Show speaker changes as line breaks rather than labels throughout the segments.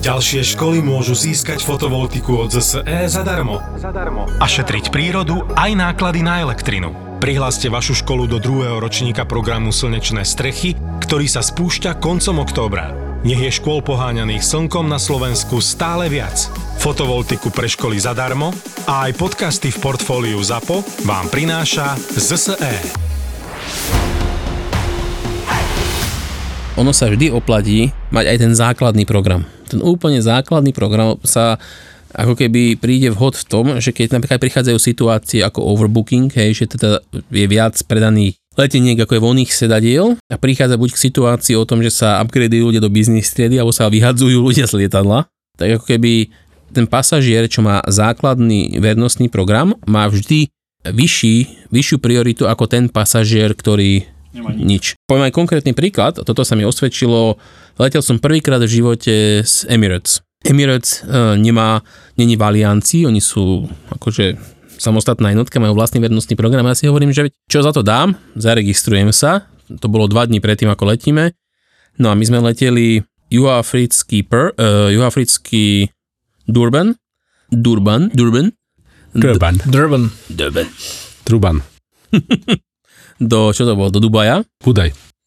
Ďalšie školy môžu získať fotovoltiku od ZSE zadarmo. A šetriť prírodu aj náklady na elektrinu. Prihláste vašu školu do 2. ročníka programu Slnečné strechy, ktorý sa spúšťa koncom októbra. Nech je škôl poháňaných slnkom na Slovensku stále viac. Fotovoltiku pre školy zadarmo a aj podcasty v portfóliu ZAPO vám prináša ZSE.
Ono sa vždy oplatí mať aj ten základný program. Ten úplne základný program sa ako keby príde vhod v tom, že keď napríklad prichádzajú situácie ako overbooking, hej, že teda je viac predaných leteniek ako je voľných sedadiel a prichádza buď k situácii o tom, že sa upgradeujú ľudia do business triedy alebo sa vyhadzujú ľudia z lietadla, tak ako keby ten pasažier, čo má základný vernostný program, má vždy vyššiu prioritu ako ten pasažier, ktorý nič. Poviem aj konkrétny príklad, toto sa mi osvedčilo, letel som prvýkrát v živote z Emirates. Emirates není v aliancii, oni sú akože samostatná jednotka, majú vlastný vernostný program. Ja si hovorím, že čo za to dám, zaregistrujem sa, to bolo 2 dní predtým, ako letíme. No a my sme leteli juhoafrický Durban. Čo to bolo? Do Dubaja.
Hudaj.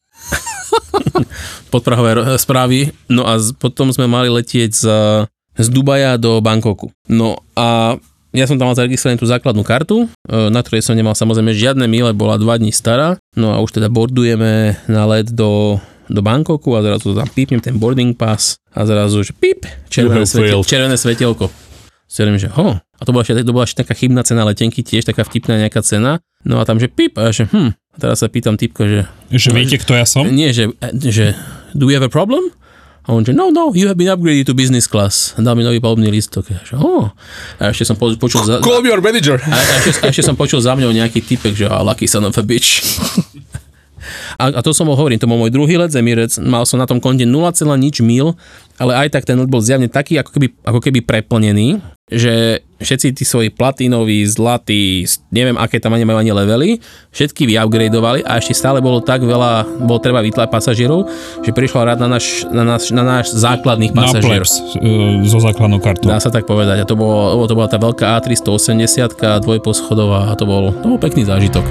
Podprahové správy. No a potom sme mali letieť z Dubaja do Bangkoku. No a ja som tam mal zaregistrovanú tú základnú kartu, na ktorej som nemal samozrejme žiadne mile, bola 2 dní stará. No a už teda bordujeme na let do Bangkoku a zrazu tam pípnem ten boarding pass a zrazu, že píp, červené svetelko. Si hovorím, že a to bola ešte taká chybná cena letenky, tiež taká vtipná nejaká cena. No a tam, že píp, a ja že a teraz sa pýtam typko, že
viete, kto ja som?
Nie, že do we have a problem? A on, že no, you have been upgraded to business class. Dal mi nový palubný lístok. A ešte som počul
Call me your manager.
A ešte som počul za mňou nejaký typek, že lucky son of a bitch. A to som hovorím, to bol môj druhý let z Emirates, mal som na tom konte 0, nič mil, ale aj tak ten let bol zjavne taký ako keby preplnený, že všetci tí svoji platinoví, zlatí, neviem aké tam nemajú ani levely, všetky vyupgradeovali a ešte stále bolo tak veľa, bolo treba vytlať pasažierov, že prišla rád na náš základných pasažierov.
So základnou kartou.
Dá sa tak povedať. A to bola tá veľká A380, dvojposchodová a to bol pekný zážitok.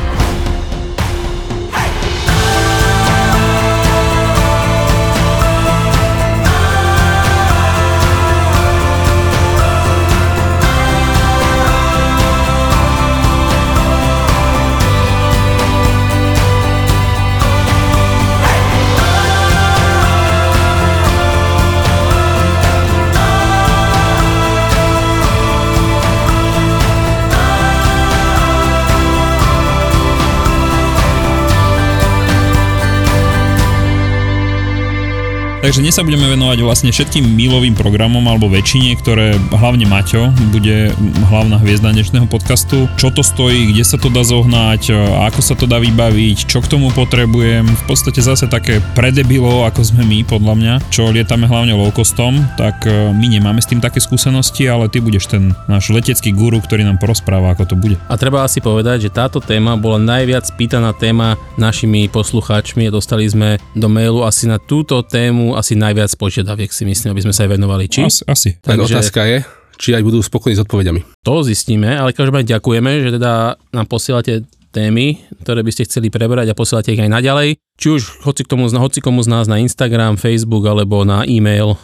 Takže dnes sa budeme venovať vlastne všetkým milovým programom alebo väčšine, ktoré hlavne Maťo bude hlavná hviezda dnešného podcastu. Čo to stojí, kde sa to dá zohnať, ako sa to dá vybaviť, čo k tomu potrebujem. V podstate zase také pre debilov, ako sme my, podľa mňa, čo lietame hlavne low costom, tak my nemáme s tým také skúsenosti, ale ty budeš ten náš letecký guru, ktorý nám porozpráva, ako to bude.
A treba asi povedať, že táto téma bola najviac pýtaná téma našimi poslucháčmi. Dostali sme do mailu asi na túto tému asi najviac požiadaviek, si myslím, aby sme sa aj venovali. Či?
Asi.
Tak otázka je, či aj budú spokojní s odpovediami.
To zistíme, ale každopádne ďakujeme, že teda nám posielate témy, ktoré by ste chceli preberať a posielate ich aj naďalej. Či už hocikomu z nás na Instagram, Facebook alebo na e-mail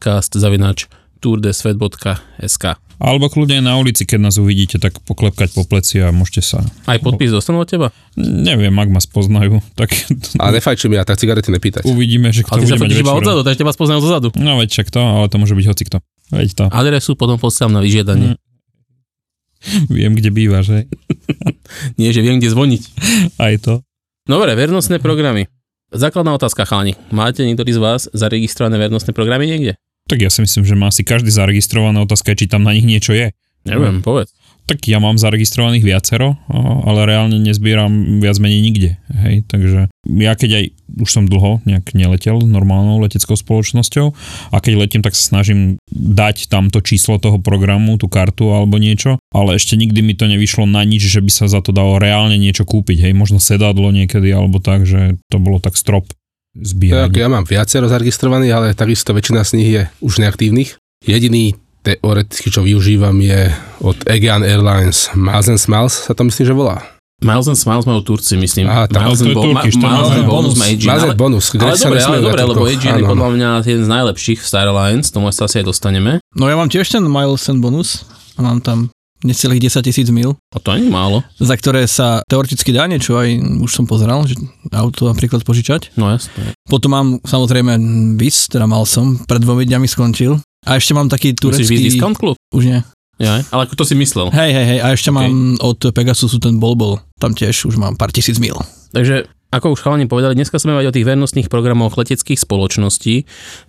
podcast@tourdesvet.sk.
Alebo kľudne aj na ulici, keď nás uvidíte, tak poklepkať po pleci a môžete sa...
Aj podpis dostanú od teba?
Neviem, ak ma spoznajú, tak...
Ale nefajčím ja, tak cigarety nepýtať.
Uvidíme, že kto bude mať väčšiu... Ale ty sa fotíš iba odzadu,
takže teba spoznajú dozadu.
No veď však to, ale to môže byť hocikto. Veď to.
Adresu potom posielam na vyžiadanie.
Viem, kde bývaš, hej?
Nie, že viem, kde zvoniť.
Aj to.
Dobre, vernostné programy. Základná otázka, chalani. Máte niektorý z vás zaregistrované vernostné programy niekde?
Tak ja si myslím, že má asi každý zaregistrované, otázka je, či tam na nich niečo je.
Neviem, povedz.
Tak ja mám zaregistrovaných viacero, ale reálne nezbieram viac menej nikde. Hej, takže ja keď aj už som dlho nejak neletel normálnou leteckou spoločnosťou a keď letím, tak sa snažím dať tam to číslo toho programu, tú kartu alebo niečo, ale ešte nikdy mi to nevyšlo na nič, že by sa za to dalo reálne niečo kúpiť. Hej, možno sedadlo niekedy alebo tak, že to bolo tak strop. zbieranie.
Ja mám viacero zaregistrovaných, ale takisto väčšina z nich je už neaktívnych. Jediný teoreticky, čo využívam, je od Aegean Airlines Miles & Smiles, sa to myslím, že volá.
Miles & Smiles majú Turci, myslím.
Aha, tak.
Miles
To je Turkish, to je
Miles
Miles
& Bonus má Aegean.
Miles & Bonus.
Ale dobre, lebo Aegean je podľa mňa jeden z najlepších v Star Alliance, tomu sa asi aj dostaneme.
No ja mám tiež ten Miles & Bonus a mám tam necelých 10 000 mil.
A to ani málo.
Za ktoré sa teoreticky dá niečo, aj už som pozeral, že auto napríklad požičať.
No jasne.
Potom mám samozrejme VIS, teda mal som, pred 2 dňami skončil. A ešte mám taký turecký...
Musíš výsť discount klub?
Už nie.
Ja, ale ako to si myslel.
Hej, a ešte mám od Pegasusu ten Bol. Tam tiež už mám pár tisíc mil.
Takže, ako už chalani povedali, dneska sme mať o tých vernostných programoch leteckých spoločností.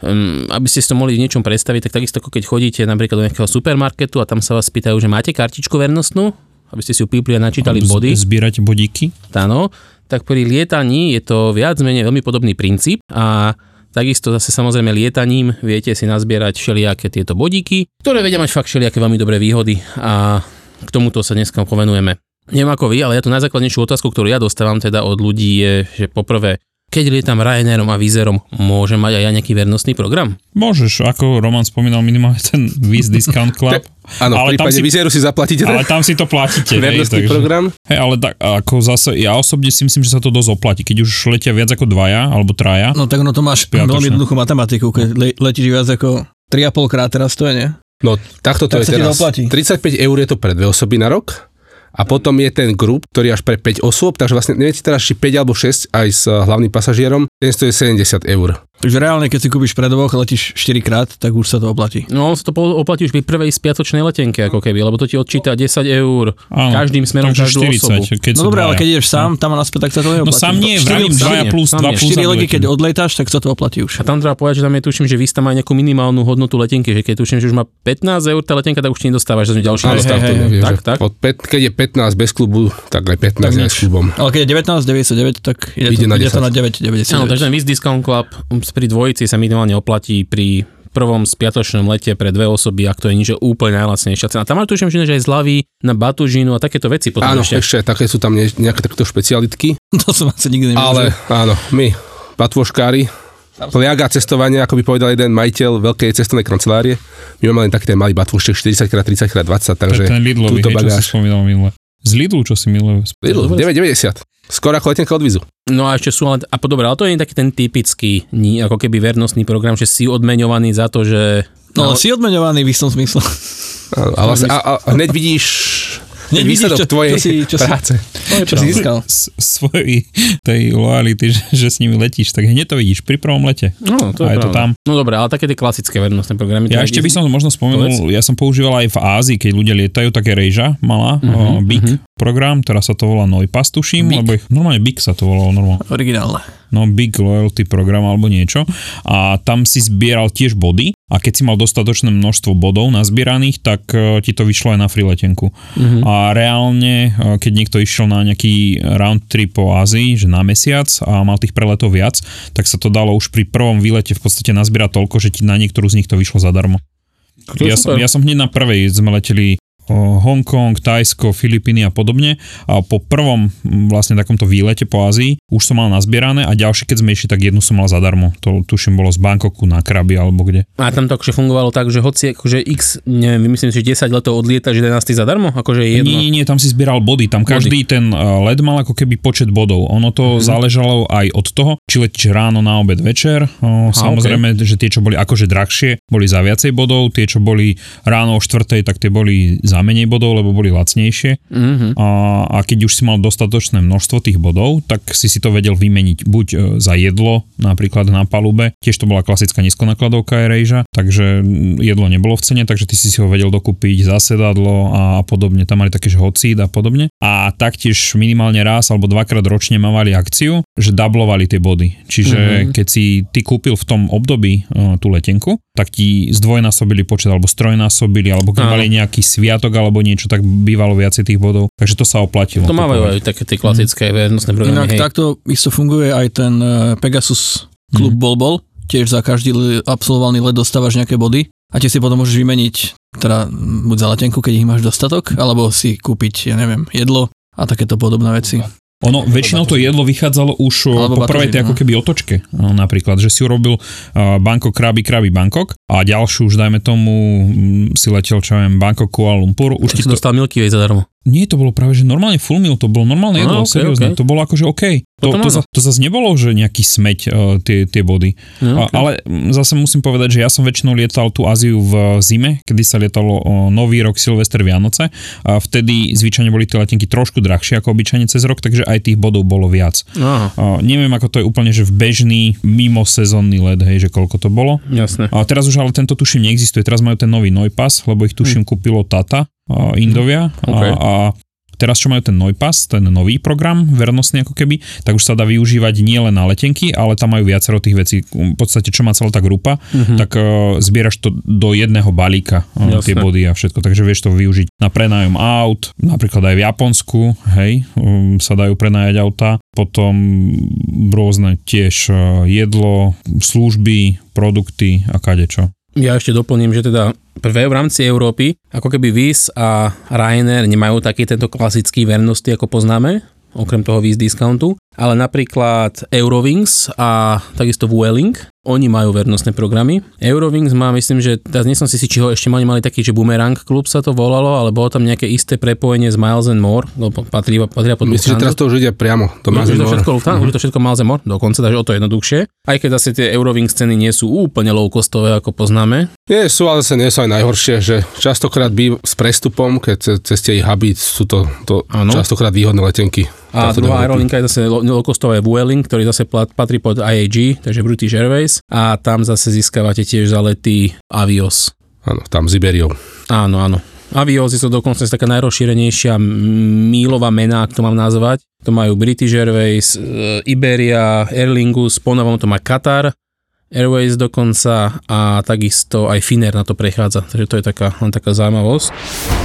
Aby ste si to mohli v niečom predstaviť, tak takisto ako keď chodíte napríklad do nejakého supermarketu a tam sa vás pýtajú, že máte kartičku vernostnú, aby ste si ju pípli a načítali body.
Zbierať bodíky.
Áno, tak pri lietaní je to viac menej veľmi podobný princíp a takisto zase samozrejme lietaním viete si nazbierať všelijaké tieto bodíky, ktoré vedia mať fakt všelijaké veľmi dobré výhody a k tomuto sa dneska povenujeme. Neviem ako vy, ale ja tu najzákladnejšiu otázku, ktorú ja dostávam teda od ľudí je, že poprvé, keď lietam Ryanairom a Wizairom, môžem mať aj ja nejaký vernostný program?
Môžeš, ako Roman spomínal, minimálne ten Wizz Discount Club.
Áno, v prípade Wizairu si zaplatíte
ale tam si to platíte.
vernostný program.
Hej, ale tak, ako zase, ja osobne si myslím, že sa to dosť oplatí. Keď už letia viac ako 2 alebo 3.
No tak to máš veľmi jednoduchú matematiku, keď letíš viac ako 3,5 krát teraz to je, nie?
No takto to
tak
je teraz. 35 eur je to pre 2 osoby na rok. A potom je ten grup, ktorý je až pre 5 osôb, takže vlastne neviete teraz, či 5 alebo 6 aj s hlavným pasažierom, ten stojí 70 eur.
Takže reálne, keď si kúpiš pre 2, letíš 4 krát, tak už sa to oplatí.
No, sa to oplatí už pri prvej spiatočnej letenke, ako keby, lebo to ti odčíta 10 eur každým smerom každú
40,
osobu.
No dobré, ale keď ideš sám, tam a naspäť, tak sa to neoplatí.
No sám nie, vravím 2 plus 2 plus
4 legy, keď odletáš, tak sa to oplatí už.
A tam treba povedať, že tam je tuším, že Vista má nejakú minimálnu hodnotu letenky, že keď tuším, že už má 15 eur tá letenka, tak už ti nedostávaš za ďalší
dostávku.
Tak.
Keď je 15 bez klubu, tak aj 15 s klubom.
Ale keď je 19,99, tak ide to na 9,99.
Áno, takže ten Wizz Discount Club pri dvojici sa minimálne oplatí pri prvom spiatočnom lete pre 2 osoby, ak to je nič úplne najlacnejšia cena. Tam tuším, že aj zľavy na batužinu a takéto veci.
Áno, ešte také sú tam nejaké takéto špecialitky.
To som asi nikdy nemôžu.
Ale áno, my, batôžkári, pliaga cestovania, ako by povedal jeden majiteľ veľkej cestovnej kancelárie. My máme len taký ten malý batúštek 40x30x20, takže
ten Lidlový,
túto bagáž.
Čo si spomínal minule. Z Lidlu, čo si miluje?
Lidl, 9,90. Skoro ako letenka od Vizu.
No a ešte sú ale dobre, ale to je taký ten typický, ako keby vernostný program, že si odmeňovaný za to, že...
No, si odmeňovaný v istom smysle.
A hneď vidíš výsledok tvojej práce.
Čo si získal?
Svojej tej lojality, že s nimi letíš, tak hneď to vidíš pri prvom lete.
No, to je to tam. No dobre, ale také tie klasické vernostné programy.
Ja ešte by som možno spomenul, ja som používal aj v Ázii, keď ľudia lietajú, také Reža malá, Big program, teraz sa to volá Noipass, tuším, lebo normálne Big sa to volalo normálne.
Originálne.
No Big Loyalty program alebo niečo a tam si zbieral tiež body a keď si mal dostatočné množstvo bodov nazbieraných, tak ti to vyšlo aj na free letenku. A reálne, keď niekto išiel na nejaký round trip po Ázii, že na mesiac a mal tých preletov viac, tak sa to dalo už pri prvom výlete v podstate nazbierať toľko, že ti na niektorú z nich to vyšlo zadarmo. Ja som hneď na prvej, sme leteli Hongkong, Thajsko, Filipíny a podobne a po prvom vlastne takomto výlete po Ázii už som mal nazbierané a ďalší, keď sme išli, tak jednu som mal zadarmo. To tuším bolo z Bangkoku na Krabi alebo kde.
A tam to akože fungovalo tak, že hoci akože x, neviem, myslím, že 10 letov odlietaš 11 zadarmo? Akože jedno?
Nie, tam si zbieral body. Tam každý ten let mal ako keby počet bodov. Ono to záležalo aj od toho, či letíš ráno, na obed, večer. Samozrejme, že tie, čo boli akože drahšie, boli za viacej bodov, tie, čo boli ráno o 4:00, tak tie boli za menej bodov, lebo boli lacnejšie. A keď už si mal dostatočné množstvo tých bodov, tak si to vedel vymeniť buď za jedlo, napríklad na palube. Tiež to bola klasická nízkonakladovka Air, takže jedlo nebolo v cene, takže ty si ho vedel dokúpiť za sedadlo a podobne. Tam mali také, že hot seat a podobne. A taktiež minimálne raz alebo dvakrát ročne mávali akciu, že dublovali tie body. Čiže keď si ty kúpil v tom období tú letenku, tak ti zdvojnásobili počet alebo strojnásobili, alebo keď mali nejaký sviatok alebo niečo, tak bývalo viacej tých bodov. Takže to sa oplatilo.
To mávajú aj také tie klasické vernostné programy.
Inak takto isto funguje aj ten Pegasus klub Bol. Tiež za každý absolvovaný let dostávaš nejaké body a tie si potom môžeš vymeniť teda buď za letenku, keď ich máš dostatok, alebo si kúpiť, ja neviem, jedlo a takéto podobné veci.
Ono, väčšinou to jedlo vychádzalo už po prvej tej ako keby otočke. Napríklad, že si urobil Bangkok, Krabi, Bangkok a ďalšiu už dajme tomu si letel, čo viem, Bangkok, Kuala Lumpur. Už
si dostal Milky Way zadarmo.
Nie, to bolo práve, že normálne full meal, to bolo normálne jedlo, seriózne. Okay. To bolo akože OK. To zase nebolo, že nejaký smeť tie body. No, okay. Ale zase musím povedať, že ja som väčšinou lietal tú Áziu v zime, kedy sa lietalo Nový rok, Silvester, Vianoce. A vtedy zvyčajne boli tie letenky trošku drahšie ako obyčajne cez rok, takže aj tých bodov bolo viac. Neviem, ako to je úplne, že v bežný mimosezónny let, hej, že koľko to bolo.
Jasné.
A teraz už ale tento tuším neexistuje. Teraz majú ten nový Noipass, lebo ich tuším kúpilo Tata. Indovia a teraz čo majú ten Noipass, ten nový program, vernostný ako keby, tak už sa dá využívať nie len na letenky, ale tam majú viacero tých vecí. V podstate čo má celá tá grupa, tak zbieraš to do jedného balíka, tie body a všetko, takže vieš to využiť na prenájom aut, napríklad aj v Japonsku, hej, sa dajú prenajať auta, potom rôzne tiež jedlo, služby, produkty a kadečo.
Ja ešte doplním, že teda v rámci Európy, ako keby Wizz a Ryanair nemajú taký tento klasický vernosti, ako poznáme, okrem toho Wizz discountu, ale napríklad Eurowings a takisto Vueling, oni majú vernostné programy. Eurowings má, myslím, že teraz nie som si či ho ešte mali taký, že Boomerang klub sa to volalo, ale bolo tam nejaké isté prepojenie s Miles & More, lebo patria pod Lufthansa.
Myslím, že teraz to už ide priamo do Miles & More.
Už je to všetko Miles & More, dokonca, takže o to jednoduchšie. Aj keď zase tie Eurowings ceny nie sú úplne low-costové, ako poznáme.
Nie sú, ale zase nie sú aj najhoršie, že častokrát s prestupom, keď cez tie huby sú to častokrát výhodné letenky.
A druhá aerolinka je zase low-costové Vueling, ktorý zase patrí pod IAG, takže British Airways. A tam zase získavate tiež za lety Avios.
Áno, tam s Iberiou.
Áno. Avios je to dokonca taká najrozšírenejšia mílová mená, ak to mám nazvať. To majú British Airways, Iberia, Aer Lingus, ponovom to má Qatar Airways dokonca a takisto aj Finnair na to prechádza. Takže to je len taká zaujímavosť.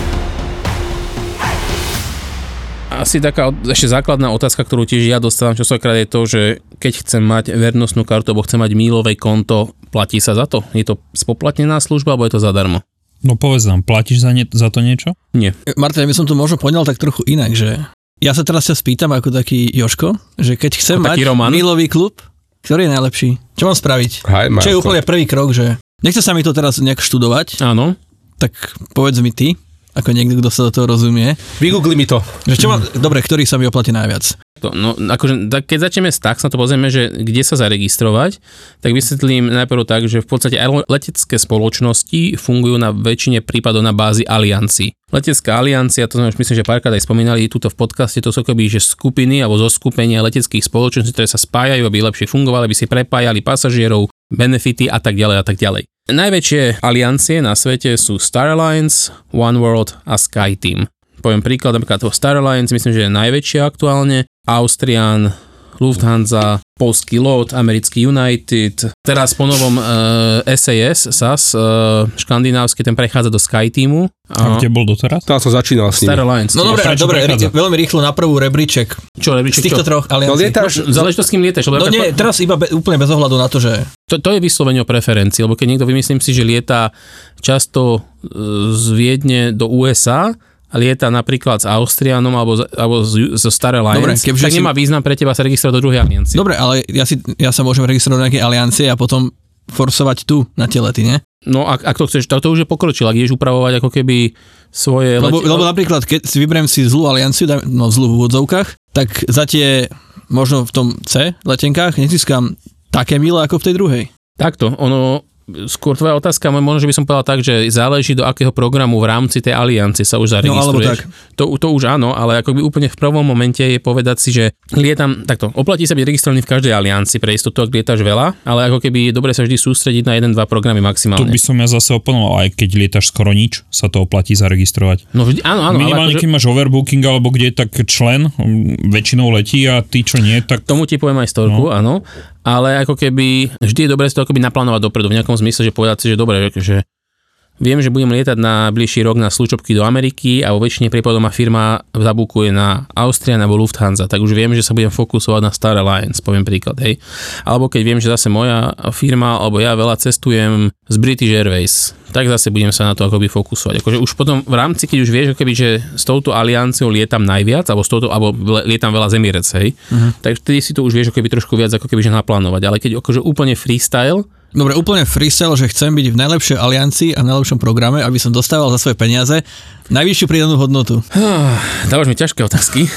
Asi taká ešte základná otázka, ktorú tiež ja dostávam častokrát je to, že keď chcem mať vernostnú kartu alebo chcem mať mílové konto, platí sa za to? Je to spoplatnená služba alebo je to zadarmo?
No povedz nám, platíš za to niečo?
Nie.
Martin, ja by som to možno poňal tak trochu inak, že ja sa teraz spýtam ako taký Jožko, že keď chcem mať mílový klub, ktorý je najlepší? Čo mám spraviť? Čo je úplne prvý krok, že nechce sa mi to teraz nejak študovať?
Áno.
Tak povedz mi ty, ako niekto, kto sa do toho rozumie.
Vygoogli mi to.
Dobre, ktorý sa mi oplatí najviac?
No, akože, keď začneme s tak, sa to pozrieme, že kde sa zaregistrovať, tak vysvetlím najprv tak, že v podstate aj letecké spoločnosti fungujú na väčšine prípadov na bázi aliancií. Letecká aliancia, to sme už myslím, že párkrát aj spomínali tuto v podcaste, to sú akoby, že skupiny alebo zoskupenia leteckých spoločností, ktoré sa spájajú, aby lepšie fungovali, aby si prepájali pasažierov, benefity a tak ďalej a tak ďalej. Najväčšie aliancie na svete sú Star Alliance, Oneworld a SkyTeam. Poviem príklad, napríklad Star Alliance, myslím, že je najväčšia aktuálne, Austrian, Lufthansa, Polský LOT, Americký United, teraz po novom SAS, škandinávsky, ten prechádza do SkyTeamu.
A kde bol doteraz?
Tam som začínal s nimi.
Star Alliance.
No dobre, veľmi rýchlo na prvú rebríček.
Čo rebríček?
Z týchto troch aliancií.
Záleží to, s kým lietaš.
No nie, teraz iba úplne bez ohľadu na to, že...
To je vyslovene o preferencii, lebo keď niekto vymyslím si, že lieta často z Viedne do USA, a lieta napríklad s Austrianom alebo zo Star Alliance, tak nemá význam pre teba sa registrovať do druhej aliancie.
Dobre, ale ja sa môžem registrovať do nejakej aliancie a potom forsovať tu na tie lety, nie?
No ak to chceš, tak to už je pokročil, ak ideš upravovať ako keby svoje
lety. Lebo napríklad, keď si vyberiem si zlú alianciu, zlú v úvodzovkách, tak za tie, možno v tom C letenkách, nezískam také milé ako v tej druhej.
Takto, skôr tvoja otázka, možno, že by som povedal tak, že záleží do akého programu v rámci tej aliancie sa už zaregistruješ. No, to už áno, ale ako by úplne v prvom momente je povedať si, že lietam, takto, oplatí sa byť registrovaný v každej aliancii pre istotu, ak lietaš veľa, ale ako keby je dobre sa vždy sústrediť na 1-2 programy maximálne.
Tu by som ja zase oponoval, aj keď lietaš skoro nič, sa to oplatí zaregistrovať.
No vždy, áno.
Minimálne, keď máš overbooking alebo kde je tak člen, väčšinou letí a ty čo nie, tak...
Tomu ti poviem aj storku, áno. Ale ako keby vždy je dobré si to akoby naplánovať dopredu v nejakom zmysle, že povedať si, že dobre, že viem, že budem lietať na bližší rok na služobky do Ameriky a vo väčšine prípadov ma firma zabukuje na Austrian alebo Lufthansa, tak už viem, že sa budem fokusovať na Star Alliance, poviem príklad, hej. Alebo keď viem, že zase moja firma alebo ja veľa cestujem z British Airways, tak zase budem sa na to akoby fokusovať. Akože už potom v rámci, keď už vieš, akoby, že s touto alianciou lietam najviac, alebo lietam veľa z Emirates, hej, tak vtedy si to už vieš akoby trošku viac ako keby že naplánovať, ale keď akože úplne freestyle.
Dobre, úplne freestyle, že chcem byť v najlepšej aliancii a najlepšom programe, aby som dostával za svoje peniaze najvyššiu pridanú hodnotu.
Dávaš mi ťažké otázky.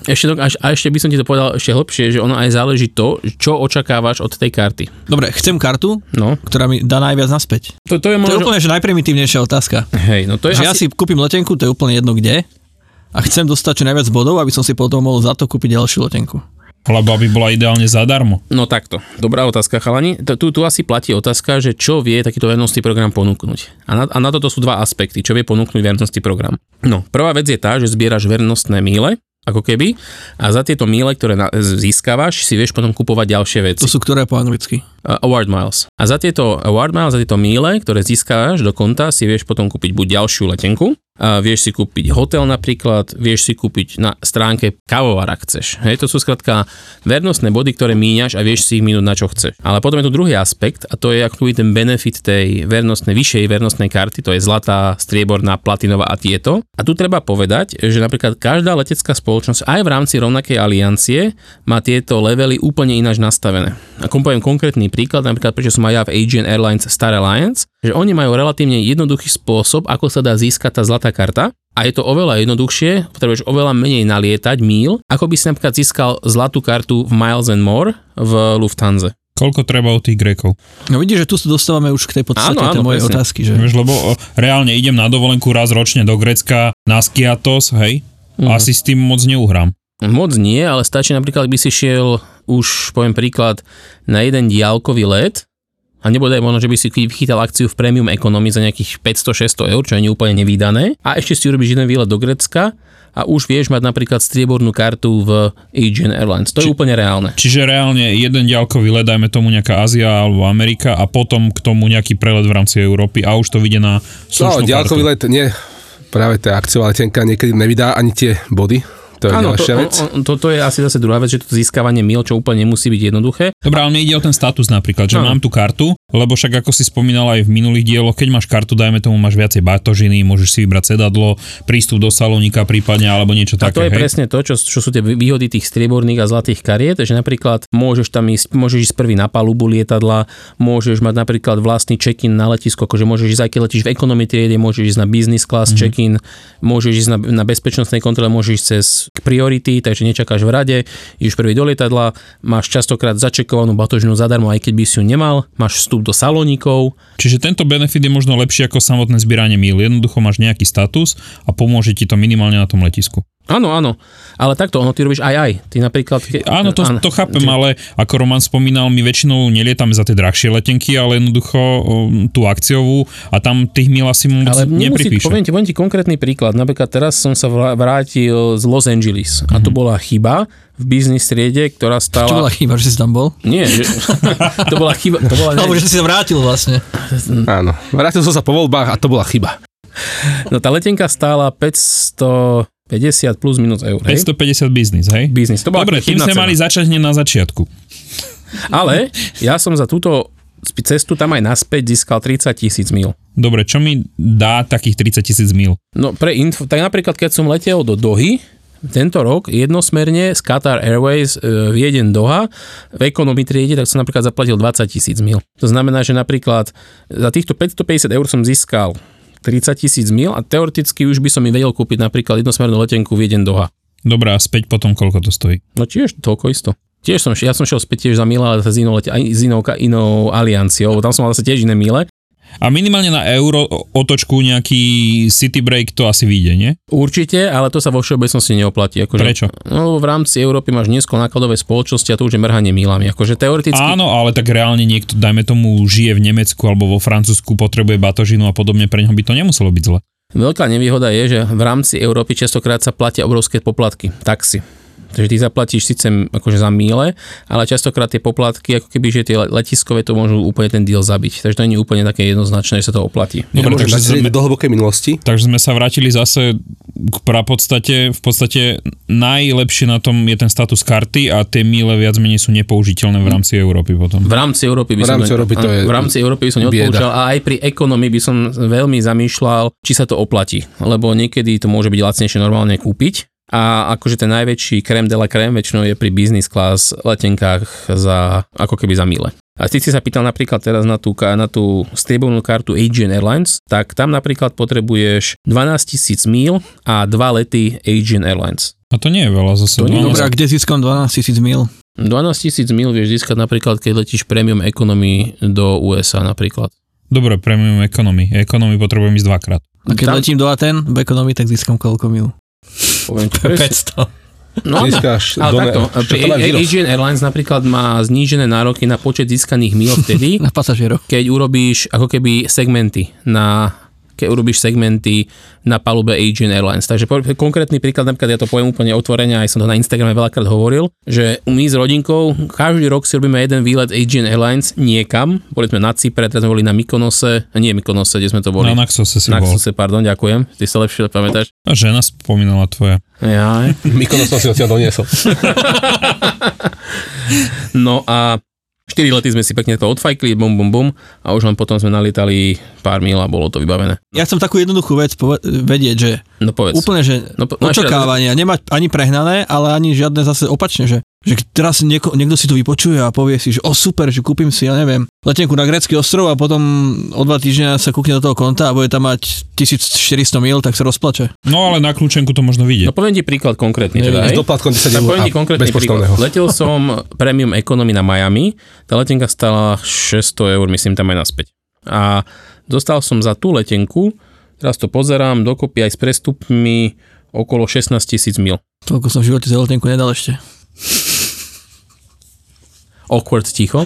Ešte by som ti to povedal ešte hlbšie, že ono aj záleží to, čo očakávaš od tej karty.
Dobre, chcem kartu, ktorá mi dá najviac naspäť.
To je
úplne že najprimitívnejšia otázka.
Hej, no to je
že ja si kúpim letenku, to je úplne jedno kde, a chcem dostať čo najviac bodov, aby som si potom mohol za to kúpiť ďalšiu letenku.
Alebo aby bola ideálne zadarmo.
No takto, dobrá otázka, chalani. Tu asi platí otázka, že čo vie takýto vernostný program ponúknuť. A na toto sú dva aspekty, čo vie ponúknuť vernostný program. No, prvá vec je tá, že zbieraš vernostné míle, ako keby, a za tieto míle, ktoré získavaš, si vieš potom kupovať ďalšie veci.
To sú ktoré po anglicky?
Award miles. A za tieto award miles, za tieto míle, ktoré získáš do konta, si vieš potom kúpiť buď ďalšiu letenku, a vieš si kúpiť hotel napríklad, vieš si kúpiť na stránke kávovar, ak chceš. Hej, to sú skrátka vernostné body, ktoré míňaš a vieš si ich minúť na čo chceš. Ale potom je tu druhý aspekt a to je akoby ten benefit tej vyššej vernostnej karty, to je zlatá, strieborná, platinová a tieto. A tu treba povedať, že napríklad každá letecká spoločnosť aj v rámci rovnakej aliancie má tieto levely úplne ináč nastavené. A poviem konkrétny príklad, napríklad prečo som aj ja v Asian Airlines Star Alliance, že oni majú relatívne jednoduchý spôsob, ako sa dá získať tá zlatá karta a je to oveľa jednoduchšie, potrebuješ oveľa menej nalietať míl, ako by si napríklad získal zlatú kartu v Miles and More v Lufthansa.
Koľko treba od tých Grékov?
No vidíš, že tu sa dostávame už k tej podstate tej mojej otázky. Že?
Vieš, lebo reálne idem na dovolenku raz ročne do Grécka na Skiathos, hej? Asi s tým moc neuhrám.
Moc nie, ale stačí napríklad, by si šiel už, poviem príklad, na jeden diaľkový let a nebodaj možno, že by si chytal akciu v Premium Economy za nejakých 500-600 eur, čo je úplne nevídané. A ešte si urobíš jeden výlet do Grécka a už vieš mať napríklad striebornú kartu v Asian Airlines. To je úplne reálne.
Čiže reálne jeden diaľkový let, dajme tomu nejaká Ázia alebo Amerika a potom k tomu nejaký prelet v rámci Európy a už to vyjde na slušnú kartu.
Diaľkový let nie. Práve tá akciová letenka niekedy nevydá ani tie body. To je ďalšia vec.
To je asi zase druhá vec, že to získavanie míl, čo úplne nemusí byť jednoduché.
Dobre, ale mne ide o ten status napríklad, že mám tú kartu, lebo však ako si spomínal aj v minulých dieloch, keď máš kartu, dajme tomu, máš viacej batožiny, môžeš si vybrať sedadlo, prístup do salónika prípadne, alebo niečo také.
A to je presne to, čo sú tie výhody tých strieborných a zlatých kariet, že napríklad môžeš ísť prvý na palubu lietadla, môžeš mať napríklad vlastný check-in na letisku, akože môžeš ísť, aj keď letíš v economy triede, môžeš ísť na business class check-in, môžeš ísť na bezpečnostnej kontrole, môžeš ísť cez priority, takže nečakáš v rade, ideš prvý do lietadla, máš častokrát začekovanú batožinu zadarmo, aj keď by si ju nemal, máš vstup do salónikov. Čiže
tento benefit je možno lepší ako samotné zbieranie míl. Jednoducho máš nejaký status a pomôže ti to minimálne na tom letisku.
Áno, ale takto, ty robíš aj. Ty napríklad...
Áno, to chápem, ale ako Roman spomínal, my väčšinou nelietame za tie drahšie letenky, ale jednoducho tú akciovú a tam tých míl asi moc nepripíše.
Poviem ti konkrétny príklad. Napríklad teraz som sa vrátil z Los Angeles a to bola chyba v biznis triede, ktorá stála...
Čo bola chyba, že si tam bol?
Nie, to bola chyba.
Alebo že si sa vrátil vlastne.
Áno, vrátil som sa po voľbách a to bola chyba.
No tá letenka stála 550 plus minus eur.
550 biznis, hej?
Biznis.
Dobre, tým sme mali začať hneď na začiatku.
Ale ja som za túto cestu tam aj naspäť získal 30,000 míl.
Dobre, čo mi dá takých 30,000 míl?
No tak napríklad, keď som letel do Dohy, tento rok jednosmerne z Qatar Airways Viedeň Doha v economy triede, tak som napríklad zaplatil 20,000 míl. To znamená, že napríklad za týchto 550 eur som získal 30,000 míl a teoreticky už by som mi vedel kúpiť napríklad jednosmernú letenku Viedeň Doha.
Dobrá, a späť potom koľko to stojí?
No tiež toľko isto. Ja som šiel späť tiež za míle, ale s inou alianciou, tam som mal zase tiež iné míle.
A minimálne na euro otočku nejaký city break to asi vyjde, nie?
Určite, ale to sa vo všeobecnosti neoplatí.
Prečo?
No v rámci Európy máš nízkonákladové spoločnosti a to už je mrhanie mílami. Akože teoreticky...
Áno, ale tak reálne niekto, dajme tomu, žije v Nemecku alebo vo Francúzsku, potrebuje batožinu a podobne, pre ňoho by to nemuselo byť zle. Veľká
nevýhoda je, že v rámci Európy častokrát sa platia obrovské poplatky, taxi. Takže ty zaplatíš síce akože za míle, ale častokrát tie poplatky, ako keby, že tie letiskové to môžu úplne ten deal zabiť. Takže to nie je úplne také jednoznačné, že sa to oplatí.
Dobre, takže sme do hlbokej minulosti.
Takže sme sa vrátili zase k prapodstate. V podstate najlepšie na tom je ten status karty a tie míle viac menej sú nepoužiteľné v rámci Európy potom.
V rámci Európy by som neodporúčal a aj pri ekonomii by som veľmi zamýšľal, či sa to oplatí, lebo niekedy to môže byť lacnejšie normálne kúpiť. A akože ten najväčší crème de la crème väčšinou je pri business class letenkách ako keby za míle. A ty si sa pýtal napríklad teraz na tú striebornú kartu Aegean Airlines, tak tam napríklad potrebuješ 12 000 míl a 2 lety Aegean Airlines.
A to nie je veľa zase.
Dobre, a kde získam 12 000 míl?
12 000 míl vieš získať napríklad, keď letíš premium economy do USA napríklad.
Dobre, premium economy. Economy potrebujem ísť dvakrát.
A keď letím do Aten v economy, tak získam koľko míl?
Poviem ti
500.
No, ale takto. Aegean Airlines napríklad má znížené nároky na počet získaných míl vtedy,
na pasažierov.
Keď urobíš ako keby segmenty na palube Aegean Airlines. Takže konkrétny príklad, napríklad ja to poviem úplne otvorene, aj som to na Instagrame veľakrát hovoril, že my s rodinkou každý rok si robíme jeden výlet Aegean Airlines niekam. Boli sme na Cypre, teraz sme boli na Mykonose, kde sme to boli?
Na Naxose si bol.
Naxose, pardon, ďakujem. Ty sa lepšie pamätáš.
A žena spomínala tvoja.
Jaj.
Mykonos si odtiaľ doniesol.
No a 4 lety sme si pekne to odfajkli, bum, a už len potom sme nalietali pár míl a bolo to vybavené.
Ja chcem takú jednoduchú vec vedieť, že úplne, že očakávania, nemať ani prehnané, ale ani žiadne zase opačne, že teraz niekto si to vypočuje a povie si, že super, že kúpim si, ja neviem, letenku na grécky ostrov a potom o 2 týždňa sa kúkne do toho konta a bude tam mať 1400 míl, tak sa rozplače.
No ale na kľúčenku to možno vidieť.
No poviem ti príklad konkrétny.
S doplatkom 10 eur a bezpočtovného.
Letel som premium economy na Miami, tá letenka stála 600 eur, myslím tam aj naspäť. A dostal som za tú letenku, teraz to pozerám, dokopy aj s prestupmi okolo 16 000 míl.
Toľko som v živote za letenku nedal ešte.
Awkward ticho.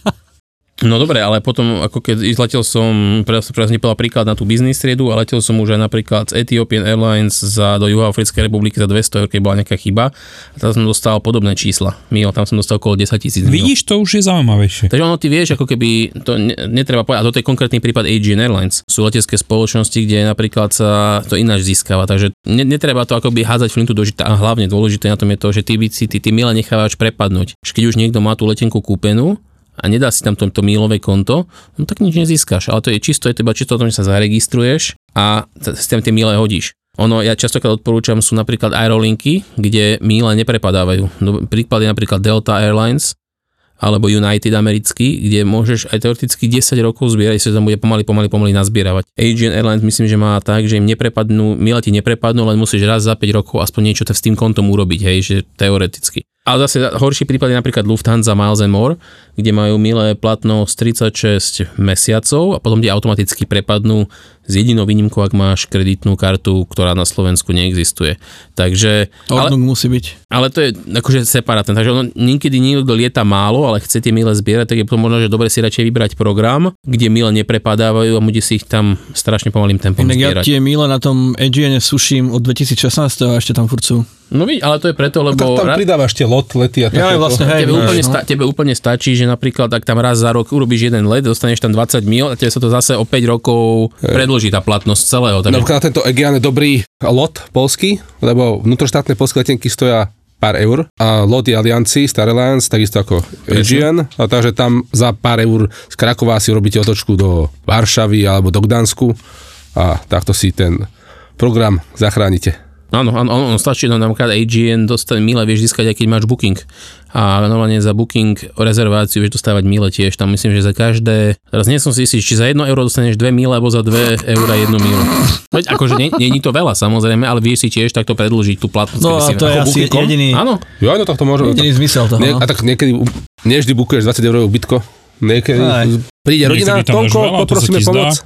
No dobre, ale potom, ako keď letel som, teraz nepovedal príklad na tú biznis triedu a letel som už aj napríklad z Ethiopian Airlines do Juhoafrickej republiky za 200 eur, keď bola nejaká chyba. A tam som dostal podobné čísla. Tam som dostal okolo 10 000 míl.
Vidíš, to už je zaujímavejšie.
Takže ono ty vieš, ako keby, to netreba povedať, a toto je konkrétny prípad Aegean Airlines. Sú letecké spoločnosti, kde napríklad sa to ináč získava, takže netreba to akoby hádzať flintu do žita. A hlavne dôležité na tom je to, že ty míle nechávaš prepadnúť. Keď už niekto má tú letenku kúpenú, a nedá si tam to mílové konto, no tak nič nezískaš. Ale to je čisto o tom, že sa zaregistruješ a si tam tie míle hodíš. Ja častokrát odporúčam, sú napríklad aerolinky, kde míle neprepadávajú. Príklad je napríklad Delta Airlines alebo United americký, kde môžeš aj teoreticky 10 rokov zbierať, sa tam bude pomaly nazbieravať. Aegean Airlines myslím, že má tak, že im míle ti neprepadnú, len musíš raz za 5 rokov aspoň niečo s tým kontom urobiť, hej, že teoreticky. Ale zase horší prípad je napríklad Lufthansa Miles & More, kde majú milé platnosť 36 mesiacov a potom ti automaticky prepadnú s jedinou výnimkou, ak máš kreditnú kartu, ktorá na Slovensku neexistuje. Takže...
musí byť.
Ale to je akože separátne. Takže niekedy niekto lieta málo, ale chce tie míle zbierať, tak je to možno, že dobre si radšej vybrať program, kde míle neprepadávajú a bude si ich tam strašne pomalým tempom zbierať.
Ja tie míle na tom Aegeane suším od 2016 a ešte tam furt sú.
No vidíš, ale to je preto, lebo...
No, tam pridávaš tie lety a také.
Ja, vlastne,
tebe úplne stačí, že napríklad ak tam raz za rok urobíš jeden let, dostaneš tam 20 míl a tebe sa to zase o 5 rokov predĺží tá platnosť celého. Takže...
Napríklad tento Aegean je dobrý lot polský, lebo vnútroštátne polské letenky stoja pár eur a lot je Allianci, Star Alliance, takisto ako Aegean, a takže tam za pár eur z Krakova si robíte otočku do Varšavy alebo do Gdansku a takto si ten program zachránite.
Áno, stačí, napríklad Aegean míle vieš získať, aj keď máš booking. A normálne za booking o rezerváciu vieš dostávať míle tiež. Tam myslím, že za každé... Teraz nie som si istý, či za 1 euro dostaneš 2 míle, alebo za 2 eura 1 mílu. Akože nie je to veľa, samozrejme, ale vieš si tiež takto predĺžiť tú platnosť.
No a to je asi jediný...
Áno.
Jo, no tak to môže...
Jediný zmysel toho.
A tak niekedy, nevždy bookuješ 20 eurovú bytko. Niekedy príde rodina, toľko, poprosíme pomoc.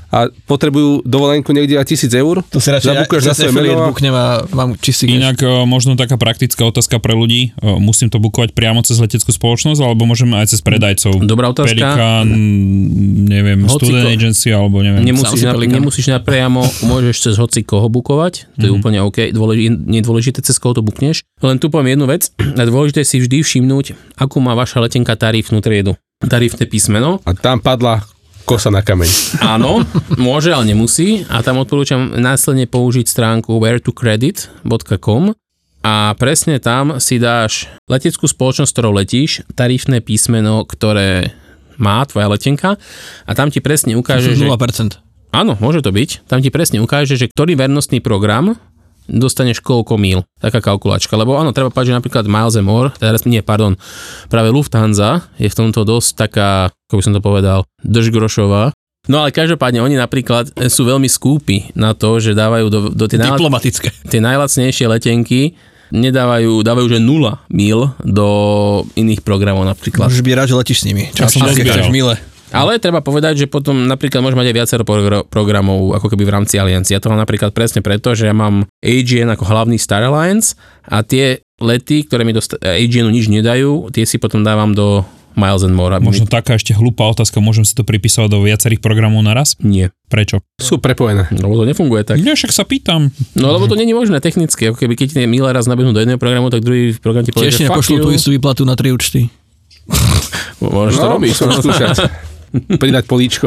a potrebujú dovolenku niekde a 1,000 eur.
To si radšej booknem a mám čistý cash.
Inak možno taká praktická otázka pre ľudí. Musím to bukovať priamo cez leteckú spoločnosť, alebo môžeme aj cez predajcov?
Dobrá otázka.
Pelikan, neviem, Student Agency, alebo neviem.
Nemusíš napriamo, môžeš cez hoci koho bukovať, to je úplne OK. Nie je dôležité, cez koho to bukneš. Len tu poviem jednu vec. Dôležité si vždy všimnúť, akú má vaša letenka tarifnú triedu. Tarifné písmeno.
A tam padla kosa na kameň.
Áno, môže, ale nemusí. A tam odporúčam následne použiť stránku wheretocredit.com a presne tam si dáš leteckú spoločnosť, ktorou letíš, tarifné písmeno, ktoré má tvoja letenka a tam ti presne ukáže,
0%.
Áno, môže to byť. Tam ti presne ukáže, že ktorý vernostný program dostaneš koľko míl. Taká kalkulačka. Lebo áno, treba povedať, že napríklad Miles & More, práve Lufthansa je v tomto dosť taká, ako by som to povedal, držgrošová. No ale každopádne oni napríklad sú veľmi skúpi na to, že dávajú do tie najlacnejšie letenky, dávajú že 0 míl do iných programov napríklad.
Môžeš byť rád, že letíš s nimi. Čas míle.
Ale treba povedať, že potom napríklad môžeš mať aj viacero programov ako keby v rámci aliancie. Ja to mám napríklad presne preto, že ja mám AGN ako hlavný Star Alliance a tie lety, ktoré mi do AGNu nič nedajú, tie si potom dávam do Miles & More.
Možno taká ešte hlúpa otázka, môžem si to pripísať do viacerých programov naraz?
Nie.
Prečo?
Sú prepojené.
Lebo to nefunguje tak.
Ja však sa pýtam.
No lebo to nie je možné technicky. Ako keby keď tie míle raz nabehnú do jedného programu, tak druhý program ti povie,
že nepošlú tú istú výplatu na 3 účty.
Môžeš to robiť.
Pridať políčko.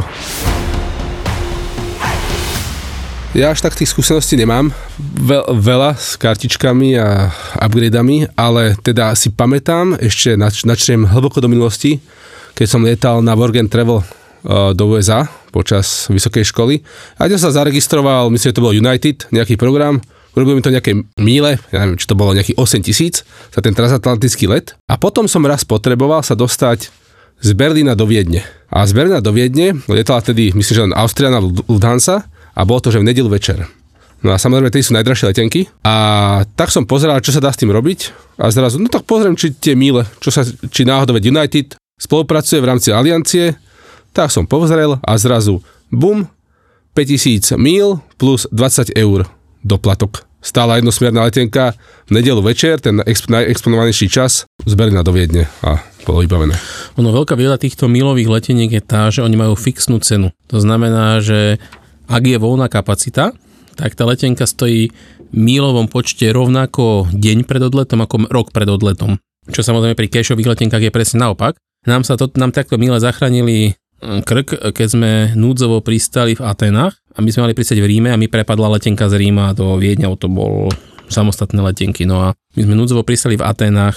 Ja až tak tých skúseností nemám veľa s kartičkami a upgradeami, ale teda si pamätám, ešte načriem hlboko do minulosti, keď som lietal na Work and Travel do USA počas vysokej školy. A ja som sa zaregistroval, myslím, že to bol United, nejaký program, urobil mi to nejaké míle, ja neviem, či to bolo nejakých 8,000 za ten transatlantický let. A potom som raz potreboval sa dostať z Berlína do Viedne. A z Berlína do Viedne lietala tedy, myslím, že len Austriana Lufthansa a bolo to, že v nedeľu večer. No a samozrejme, tie sú najdražšie letenky. A tak som pozeral, čo sa dá s tým robiť. A zrazu, no tak pozriem, či tie míle, či náhodou United spolupracuje v rámci aliancie. Tak som pozrel a zrazu, bum, 5,000 míl plus 20 eur doplatok. Stála jednosmierna letenka v nedeľu večer, ten najexponovanejší čas z Berlína do Viedne a bolo vybavené.
Ono, veľká výhoda týchto mílových leteniek je tá, že oni majú fixnú cenu. To znamená, že ak je voľná kapacita, tak tá letenka stojí v mílovom počte rovnako deň pred odletom ako rok pred odletom. Čo samozrejme pri cashových letenkách je presne naopak. Nám takto míle zachránili krk, keď sme núdzovo pristali v Atenách a my sme mali pristať v Ríme a mi prepadla letenka z Ríma do Viedňa, to bol samostatné letenky. No a my sme núdzovo pristali v Atenách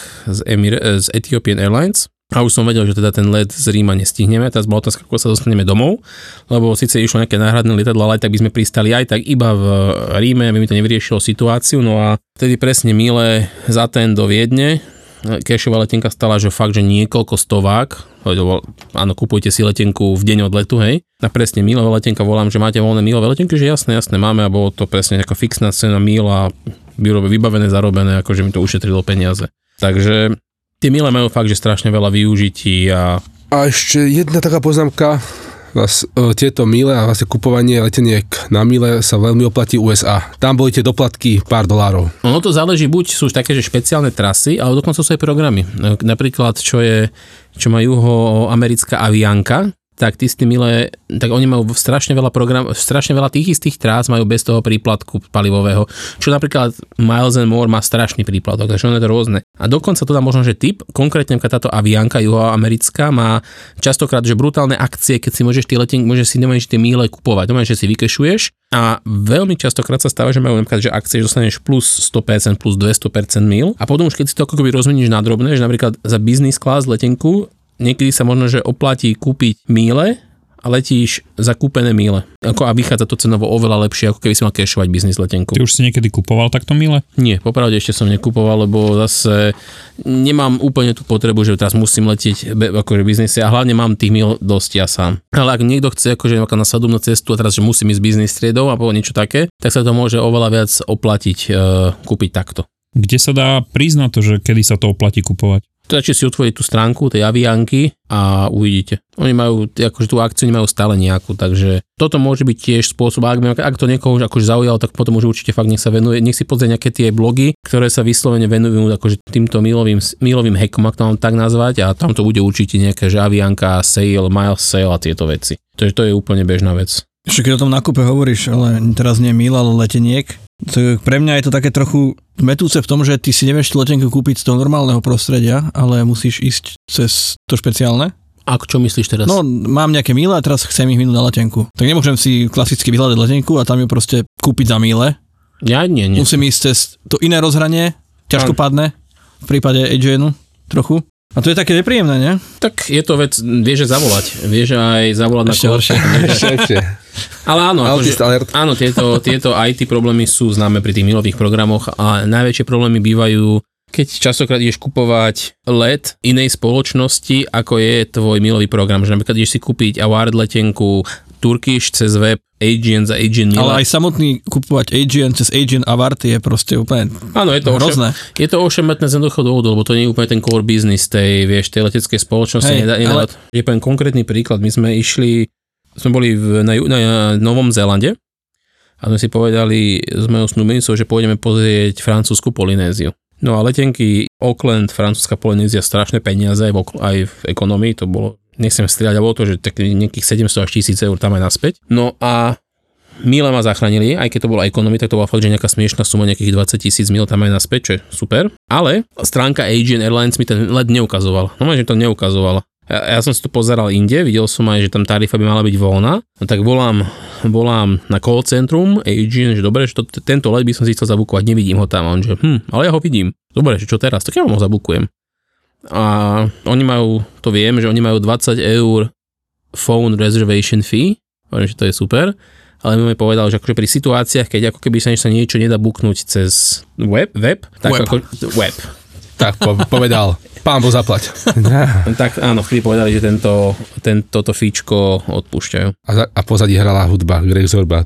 z Ethiopian Airlines a už som vedel, že teda ten let z Ríma nestihneme. Teraz bola otázka, ako sa dostaneme domov, lebo síce išlo nejaké náhradné lietadlo, ale aj tak by sme pristali aj tak iba v Ríme, aby mi to nevyriešilo situáciu. No a vtedy presne míle z Aten do Viedne. Cashová letenka stala, že fakt, že niekoľko stovák. Áno, kupujte si letenku v deň od letu, hej. A presne mílová letenka, volám, že máte voľné mílové letenky, že jasné, máme a bolo to presne nejaká fixná cena míl a vybavené, zarobené, akože mi to ušetrilo peniaze. Takže tie míle majú fakt, že strašne veľa využití a
ešte jedna taká poznámka. Tieto míle a vlastne kupovanie leteniek na míle sa veľmi oplatí USA. Tam boli tie doplatky pár dolárov.
Ono to záleží, buď sú také, že špeciálne trasy, ale dokonca sú aj programy. Napríklad, čo má juhoamerická Avianka, tak tí s tým míle, tak oni majú strašne veľa tých istých trás majú bez toho príplatku palivového. Čo napríklad Miles & More má strašný príplatok, takže ono je to rôzne. A dokonca to dá možno, že tip, konkrétne táto Avianka juhoamerická má častokrát, že brutálne akcie, keď si môžeš tie míle kupovať, že si vykešuješ a veľmi častokrát sa stáva, že majú napríklad, že akcie, že dostaneš plus 100%, plus 200% míl a potom už keď si to ako keby rozmeníš na drobné, že napríklad za business class letenku niekedy sa možno, že oplatí kúpiť míle a letíš za kúpené míle. A vychádza to cenovo oveľa lepšie, ako keby si mal cashovať biznis letenku.
Ty už si niekedy kupoval takto míle?
Nie, popravde ešte som nekupoval, lebo zase nemám úplne tú potrebu, že teraz musím letieť akože biznise a hlavne mám tých míl dosť ja sám. Ale ak niekto chce akože nasadnúť na cestu a teraz, že musím ísť biznis triedou alebo niečo také, tak sa to môže oveľa viac oplatiť kúpiť takto.
Kde sa dá priznať to, že kedy sa to oplatí kupovať?
Stačí si otvoriť tú stránku tej Avianky a uvidíte. Oni majú, akože tú akciu nemajú stále nejakú, takže toto môže byť tiež spôsob, ak to niekoho už akože zaujalo, tak potom už určite fakt nech sa venuje, nech si pozrie nejaké tie blogy, ktoré sa vyslovene venujú akože týmto milovým hackom, ak to mám tak nazvať, a tam to bude určite nejaké, že Avianka, sale, miles sale a tieto veci. Takže to je úplne bežná vec.
Ešte keď o tom nákupe hovoríš, ale teraz nie mil, ale leteniek, to pre mňa je to také trochu metúce v tom, že ty si nevieš tú letenku kúpiť z toho normálneho prostredia, ale musíš ísť cez to špeciálne.
A čo myslíš teraz?
No, mám nejaké míle a teraz chcem ich minúť na letenku. Tak nemôžem si klasicky vyhľadať letenku a tam ju proste kúpiť za míle.
Ja nie.
Musím ísť cez to iné rozhranie, ťažkopádne, v prípade AGN trochu. A to je také nepríjemné, nie?
Tak je to vec, vieš aj zavolať na
Ešte.
Ale áno, áno, tieto IT problémy sú známe pri tých milových programoch a najväčšie problémy bývajú, keď častokrát ideš kupovať let inej spoločnosti, ako je tvoj milový program. Že napríklad ideš si kúpiť Award letenku Turkish cez web Aegean za Aegean Mila.
Ale aj samotný kupovať Aegean cez Aegean Award je proste úplne hrozné.
Je to ošemetné z jednoduchého dôvodu, lebo to nie je úplne ten core business tej leteckej spoločnosti. Je poviem konkrétny príklad. My sme boli na Novom Zélande a sme si povedali s mojou snúbenicou, že pôjdeme pozrieť francúzsku Polynéziu. No a letenky Auckland, francúzska Polynézia, strašné peniaze aj v ekonomii, to bolo, nechcem strieľať, bolo to, že tak nejakých 700 až 1000 eur tam aj naspäť. No a míle ma zachránili, aj keď to bola ekonomia, tak to bola fakt, že nejaká smiešná suma, nejakých 20 000 míl tam aj naspäť, čo je super. Ale stránka Aegean Airlines mi ten let neukazovala. No že to neukazovala. Ja som si to pozeral inde, videl som aj, že tam tarifa by mala byť voľná, no tak volám na call centrum Aegean, že dobre, že tento let by som si chcel zabukovať, nevidím ho tam, a on že ale ja ho vidím, dobre, že čo teraz, tak ja ho zabukujem. A oni majú, to viem, že oni majú 20 eur phone reservation fee, že to je super, ale mi povedal, že akože pri situáciách, keď ako keby sa niečo nedá buknúť cez web.
Tak povedal, pán Boh zaplať.
Tak áno, vtedy povedali, že toto fíčko odpúšťajú.
A pozadí hrala hudba, Greg Zorba.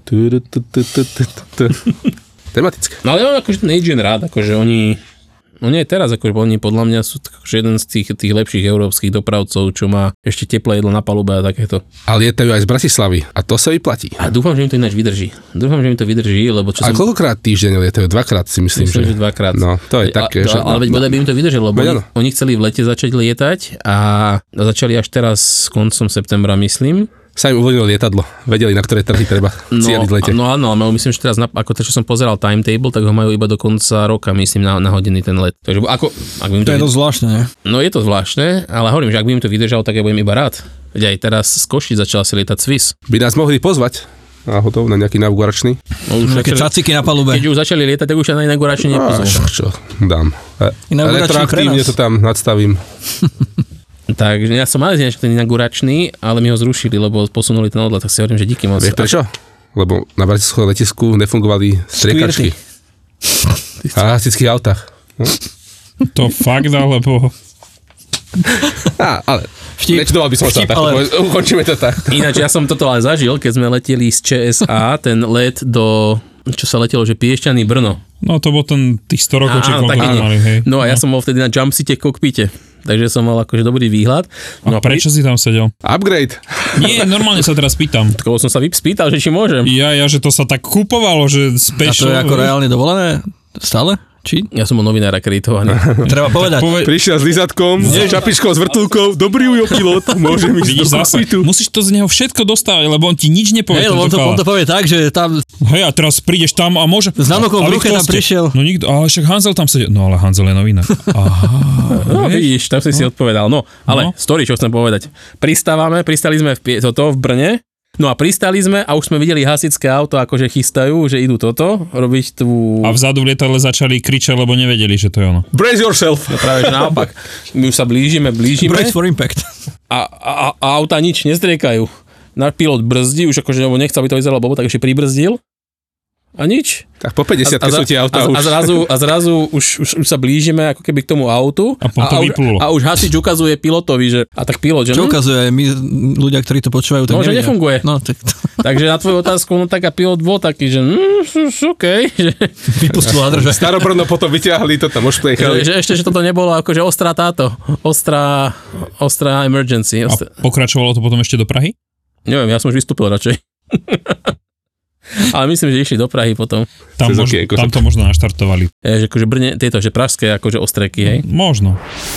Tematické.
No ale ja mám akože ten Aegean rád, akože oni aj teraz, akože oni podľa mňa sú akože jeden z tých lepších európskych dopravcov, čo má ešte teplé jedlo na palube a takéto.
Ale lietajú aj z Bratislavy a to sa vyplatí.
A dúfam, že im to ináč vydrží. Lebo čo
koľkokrát týždeň lietajú? Dvakrát si myslím,
že dvakrát.
No, to je také.
Ale veď bodaj by im to vydržalo, lebo oni chceli v lete začať lietať a začali až teraz koncom septembra, myslím.
Sa im uvoľnilo lietadlo. Vedeli, na ktoré trhy treba cieliť v lete.
No áno, ale myslím, že teraz, ako to, čo som pozeral timetable, tak ho majú iba do konca roka, myslím, na hodiny ten let. Takže ak by im
to je dosť zvláštne, nie?
No je to zvláštne, ale hovorím, že ak by im to vydržalo, tak ja budem iba rád. Veď aj teraz z Košic začala si lietať Swiss.
By nás mohli pozvať na nejaký inauguračný.
Nejaké čaciky na palube.
Keď už začali lietať, tak už aj na inauguračný nepozvú.
Čo dám. Retroaktívne to tam nadstavím.
Takže ja som mal ten inauguračný, ale mi ho zrušili, lebo posunuli ten odlet, tak si hovorím, že díky moc.
Vieš prečo? Lebo na bratislavskom letisku nefungovali striekačky. A hasičských autách.
To fakt, alebo...
Ale nečudoval by som sa tak, ukončíme to tak.
Ináč ja som toto ale zažil, keď sme leteli z ČSA, ten let čo sa letelo, že Piešťany Brno.
No to bol ten tých 100 rokov, čo mali, hej.
No a ja som bol vtedy na jumpseate v kokpite. Takže som mal akože dobrý výhľad.
No a prečo si tam sedel?
Upgrade.
Nie, normálne sa teraz pýtam.
Tak som sa spýtal, že či môžem.
Ja, že to sa tak kúpovalo, že special.
A to je ako reálne dovolené? Stále? Či?
Ja som novinár akreditovaný.
Treba povedať.
Prišiel s lízatkom, s čapičkou, s vrtuľkou, dobrý ujo pilot, môžem ísť do kokpitu.
Musíš to z neho všetko dostávať, lebo on ti nič nepovie.
Lebo on to povie tak, že tam...
Hej, a teraz prídeš tam a môže...
S nánokom v ruke tam prišiel.
No nikto, ale však Hanzel tam sedel. No ale Hanzel je novinár.
No vidíš, tam si odpovedal. No, ale story, čo chcem povedať. Pristali sme v Brne. No a pristali sme a už sme videli hasičské auto, akože chystajú, že idú robiť tú...
A vzadu v lietadle začali kričať, lebo nevedeli, že to je ono.
Brace yourself!
No práve, že naopak. My už sa blížime.
Brace for impact.
A auta nič nestriekajú. Pilot brzdí, už akože nechcel, aby to vyzeralo bobo, tak ešte pribrzdil. A nič.
Tak po 50 sú tie autá
už. A zrazu už sa blížime ako keby k tomu autu. A už hasič ukazuje pilotovi, že... A tak pilot, že...
Čo ukazuje? My ľudia, ktorí to počúvajú, tak
že nefunguje.
No, tak to...
Takže na tvoju otázku, no tak a pilot bol taký, že OK. Že...
Vypustil hadr, že...
Starobrno potom vyťahli, to tam už plechali.
Že ešte, že toto nebolo akože ostrá emergency.
A pokračovalo to potom ešte do Prahy?
Neviem, ja som už vystúpil radšej. Ale myslím, že išli do Prahy potom.
Tam to možno naštartovali.
Že akože Brne, že pražské akože ostreky, hej?
Možno.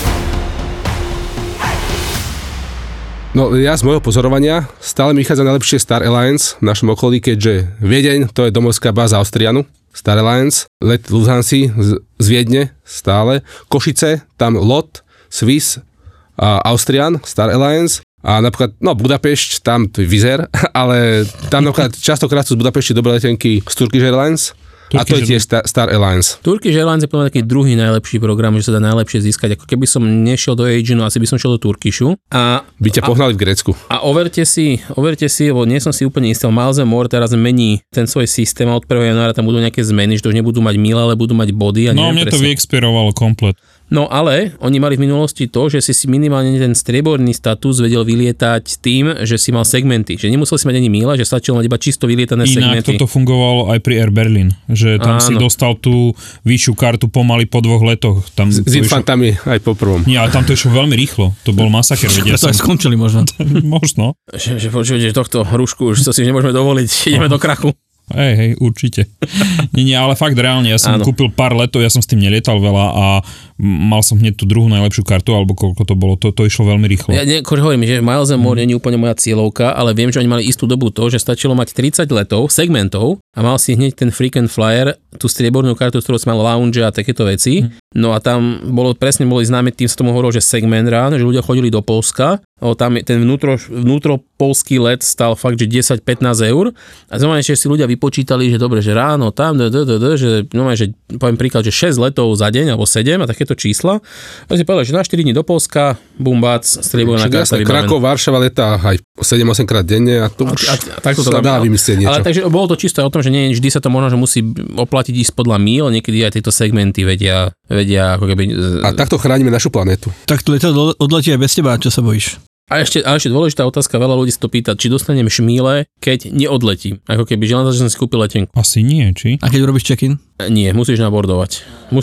No ja z môjho pozorovania stále mi vychádza najlepšie Star Alliance v našom okolí, keďže Viedeň, to je domovská báza Austrianu, Star Alliance, let Lufthansa z Viedne stále, Košice, tam LOT, Swiss a Austrian, Star Alliance. A napríklad, Budapešť, tam to je Wizz Air, ale tam napríklad častokrát sú z Budapešti dobré letenky z Turkish Airlines a to je tiež Star Alliance.
Turkish Airlines je podľa taký druhý najlepší program, že sa dá najlepšie získať. Ako keby som nešiel do Aegeanu, asi by som šiel do Turkishu.
By ťa pohnali v Grécku.
A overte si, lebo nie som si úplne istý, Miles & More teraz mení ten svoj systém a od 1. januára tam budú nejaké zmeny, že to už nebudú mať mile, ale budú mať body. A
mne to vyexpirovalo komplet.
No ale oni mali v minulosti to, že si minimálne ten strieborný status vedel vylietať tým, že si mal segmenty. Že nemusel si mať ani míle, že stačilo mať iba čisto vylietané segmenty.
Inak toto fungovalo aj pri Air Berlin, že tam si dostal tú vyššiu kartu pomaly po 2 letoch. Tam
s infantami aj po prvom.
Nie, ale tam to išlo veľmi rýchlo. To bol masaker.
To aj skončili možno.
Možno.
Že počujete, tohto hrušku už to si nemôžeme dovoliť. Ideme do krachu.
Hej, určite. Nie, ale fakt reálne, ja som kúpil pár letov, ja som s tým nelietal veľa a mal som hneď tú druhú najlepšiu kartu, alebo koľko to bolo, to išlo veľmi rýchlo.
Ja hovorím, že Miles & More nie je úplne moja cieľovka, ale viem, že oni mali istú dobu to, že stačilo mať 30 letov, segmentov a mal si hneď ten frequent flyer, tú striebornú kartu, ktorú si mal lounge a takéto veci. No a tam boli známe, tým sa tomu hovorilo, že segment rán, že ľudia chodili do Poľska, tam ten vnútropolský let stal fakt, že 10-15 eur a znamená, že si ľudia vypočítali, že dobre, že ráno tam, že poviem príklad, že 6 letov za deň alebo 7 a takéto čísla. A si povedali, že na 4 dní do Poľska, bumbac, strieborná karta vybavená.
Krakov, Varšava letá aj 7-8 krát denne a to už sa dá vymyslieť niečo.
Ale takže bolo to čisto o tom, že nie vždy sa to možno, že musí oplatiť ísť podľa míl, niekedy aj tieto segmenty vedia ako keby...
A takto chránime našu planetu.
Tak to odletí aj bez teba, čo sa bojíš?
A ešte dôležitá otázka, veľa ľudí sa to pýta, či dostanem šmíle, keď neodletím. Ako keby, že len že som si kúpil letenku.
Asi nie, či?
A keď urobíš check-in?
Nie, musíš nabordovať.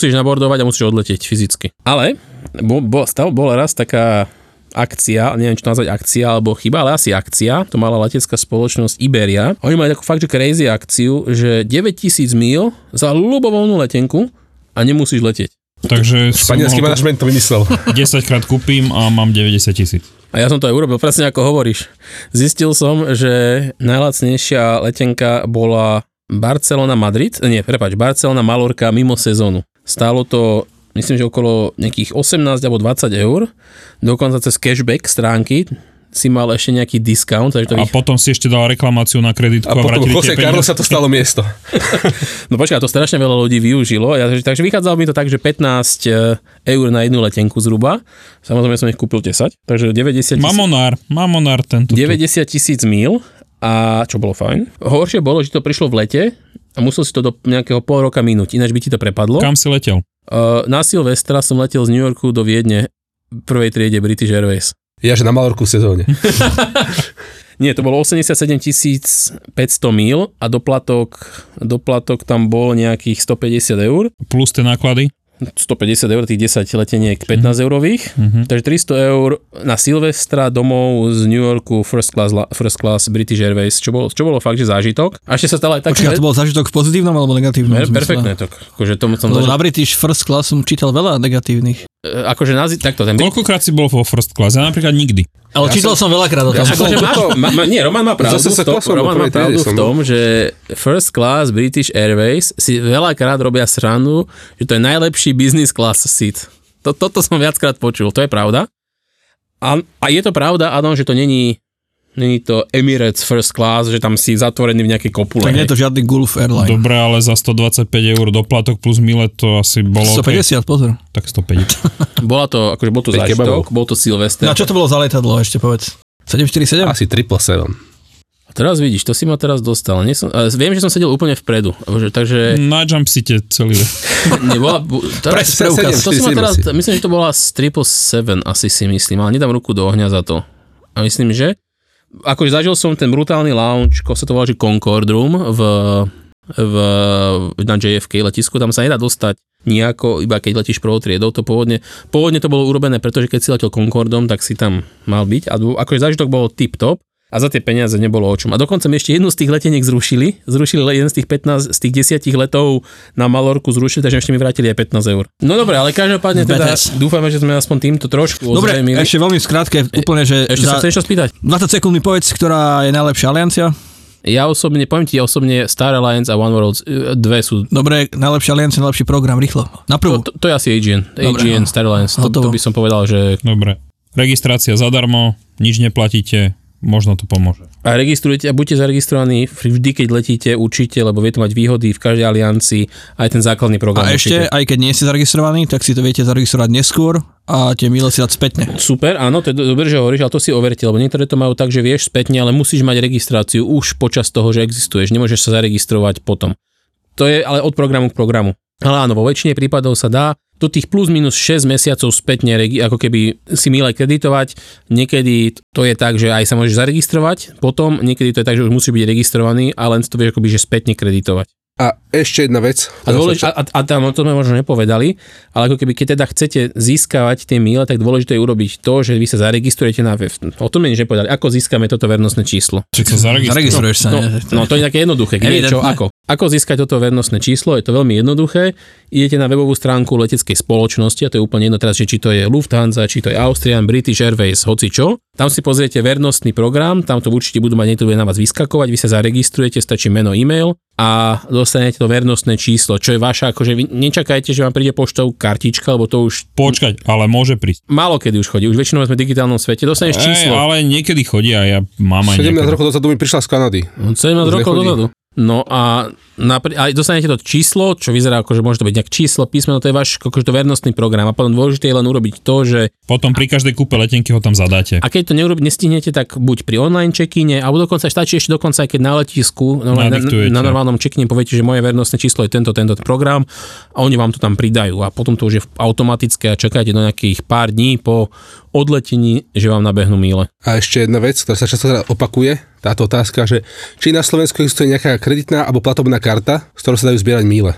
A musíš odletieť fyzicky. Ale bola raz taká akcia, neviem, či to nazvať akcia alebo chyba, ale asi akcia, to mala letecká spoločnosť Iberia. Oni mali takú fakt, že crazy akciu, že 9,000 míl za ľubovoľnú letenku a nemusíš letieť.
Takže
španielský manažment to vymyslel.
10 krát kúpim a mám 90,000.
A ja som to aj urobil, presne ako hovoríš. Zistil som, že najlacnejšia letenka bola Barcelona-Madrid, Barcelona Mallorca mimo sezónu. Stálo to, myslím, že okolo nejakých 18 alebo 20 eur, dokonca cez cashback stránky si mal ešte nejaký discount. A
potom si ešte dal reklamáciu na kreditku a vrátili
tie peniaze. A potom Jose Carlos sa to stalo miesto.
No počkaj, to strašne veľa ľudí využilo. Takže vychádzalo mi to tak, že 15 eur na jednu letenku zhruba. Samozrejme som ich kúpil 10, takže 90 000...
Mamonár tento.
90,000 míl a čo bolo fajn. Horšie bolo, že to prišlo v lete a musel si to do nejakého pol roka minúť, ináč by ti to prepadlo.
Kam si letel?
Na Silvestra som letel z New Yorku do Viedne v prvej triede British Airways.
Ja, že na Malorku v sezóne.
Nie, to bolo 87 500 míl a doplatok tam bol nejakých 150 eur.
Plus tie náklady?
150 eur, tých 10 leteniek 15 eurových. Takže 300 eur na Silvestra domov z New Yorku first class British Airways, čo bolo fakt, že zážitok. A ešte sa stalo aj tak...
Počkaj, to bol zážitok v pozitívnom alebo negatívnom?
Perfektné. Akože
na British first class som čítal veľa negatívnych.
Akože takto.
Koľkokrát si bol vo first class? Ja napríklad nikdy.
Ale čítal som veľakrát o tom.
Roman má pravdu v tom, že first class British Airways si veľakrát robia srandu, že to je najlepší business class seat. Toto som viackrát počul, to je pravda. A je to pravda, Adam, že to není to Emirates first class, že tam si zatvorený v nejakej kopule.
Tak nie je to žiadny Gulf Airline.
Dobre, ale za 125 eur doplatok plus mile to asi bolo...
150, pozor.
Tak 150.
Bol to zážitok, bol to Silvester.
No a čo to bolo za letadlo, ešte povedz? 747?
Asi 777.
A teraz vidíš, to si ma teraz dostal. Viem, že som sedel úplne vpredu. Takže...
Na jumpsite celý.
Nebola... To si ma teraz... Myslím, že to bola 777, asi si myslím, ale nedám ruku do ohňa za to. A myslím, že... Akože zažil som ten brutálny lounge, ko sa to volá, že Concord Room na JFK letisku, tam sa nedá dostať nejako, iba keď letíš prvou triedou. To pôvodne to bolo urobené, pretože keď si letel Concordom, tak si tam mal byť. A akože zážitok bol tip-top. A za tie peniaze nebolo o čom. A dokonca mi ešte jednu z tých leteniek zrušili. Zrušili jeden z tých 15, z tých 10 letov na Malorku zrušili, takže ešte mi vrátili aj 15 eur. No dobre, ale každopádne teda dúfame, že sme aspoň týmto trošku ozrejmili.
Dobre, ešte veľmi skrátke, úplne, že...
Ešte sa chceš čo spýtať?
20 sekúnd mi povedz, ktorá je najlepšia aliancia?
Poviem ti Star Alliance a One World, dve sú...
Dobre, najlepšia aliancia, najlepší program, rýchlo. Na prvú.
To je asi AGN.
Dobre,
AGN, Star Alliance. To by som povedal, že...
Dobre. Registrácia zadarmo, nič neplatíte. Možno to pomôže.
A registrujte a buďte zaregistrovaní vždy, keď letíte, určite, lebo viete mať výhody v každej aliancii, aj ten základný program.
A ešte, aj keď nie ste zaregistrovaní, tak si to viete zaregistrovať neskôr a tie míle si dať spätne.
Super, áno, to je dobré, že hovoríš, ale to si overte, lebo niektoré to majú tak, že vieš spätne, ale musíš mať registráciu už počas toho, že existuješ. Nemôžeš sa zaregistrovať potom. To je ale od programu k programu. Ale áno, vo väčšine prípadov sa dá do tých plus minus 6 mesiacov spätne ako keby si míle kreditovať. Niekedy to je tak, že aj sa môžeš zaregistrovať, potom niekedy to je tak, že už musí byť registrovaný a len to vieš akoby, že spätne kreditovať.
A ešte jedna vec.
A tam to sme možno nepovedali, ale ako keby keď teda chcete získavať tie míle, tak dôležité je urobiť to, že vy sa zaregistrujete na web. O tom mi nič nepovedali. Ako získame toto vernostné číslo?
Či sa
zaregistruješ sa.
No to je také jednoduché. Kde, čo, ako? Ako získať toto vernostné číslo? Je to veľmi jednoduché. Idete na webovú stránku leteckej spoločnosti, a to je úplne jedno teraz, či to je Lufthansa, či to je Austrian, British Airways, hoci čo. Tam si pozriete vernostný program, tam to určite budú mať niekto na vás vyskakovať, vy sa zaregistrujete, stačí meno, e-mail a dostanete to vernostné číslo, čo je vaša, akože vy nečakajte, že vám príde poštou kartička, lebo to už...
Počkať, ale môže prísť.
Málo kedy už chodí, už väčšinou sme v digitálnom svete, dostaneš číslo.
Ale niekedy chodí a ja mám aj
17 rokov dozadu mi prišla z Kanady.
17 rokov dozadu. No a dostanete to číslo, čo vyzerá ako, že môže to byť nejak číslo, písmeno, to je váš akože to vernostný program a potom dôležité je len urobiť to, že...
Potom pri každej kúpe letenky ho tam zadáte.
A keď to nestihnete, tak buď pri online check-ine, alebo dokonca stačí ešte dokonca aj keď na letisku, na normálnom check-ine poviete, že moje vernostné číslo je tento program a oni vám to tam pridajú a potom to už je automatické a čakáte do nejakých pár dní po odletení, že vám nabehnú míle. A
ešte jedna vec, ktorá sa často opakuje, táto otázka, že či na Slovensku existuje nejaká kreditná alebo platobná karta, z ktorou sa dajú zbierať míle.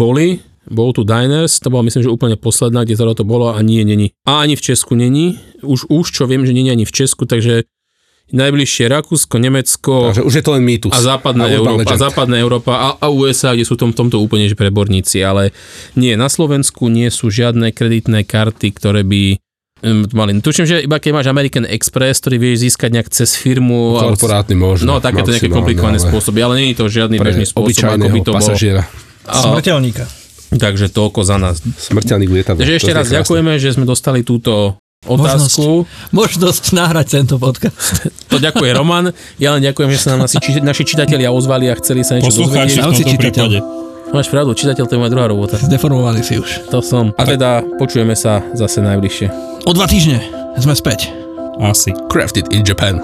Bol tu Diners, to bola myslím, že úplne posledná, kde to bolo a není. A ani v Česku není, už čo viem, že není ani v Česku, takže najbližšie Rakúsko, Nemecko.
Takže už je to len mýtus.
A západná Európa a USA, kde sú tomto úplne že preborníci, ale nie, na Slovensku nie sú žiadne kreditné karty, ktoré by mali. Tuším, že iba keď máš American Express, ktorý vieš získať nejak cez firmu.
Korporátny možno.
No, takéto nejaké komplikované spôsoby, ale nie je to žiadny bežný spôsob, ako by to
pasažiera.
Smrteľníka.
Takže toľko za nás.
Smrteľník lietadlo.
Takže ešte raz ďakujeme, že sme dostali túto otázku.
Možnosť nahrať tento podcast.
To ďakuje Roman. Ja len ďakujem, že sa nám naši čitatelia ozvali a chceli sa niečo dozvedieť. Máš pravdu, čitateľ, to je moja druhá robota.
Zdeformovaný si už.
To som. A teda počujeme sa zase najbližšie.
O 2 týždne sme späť.
Asi.
Crafted in Japan.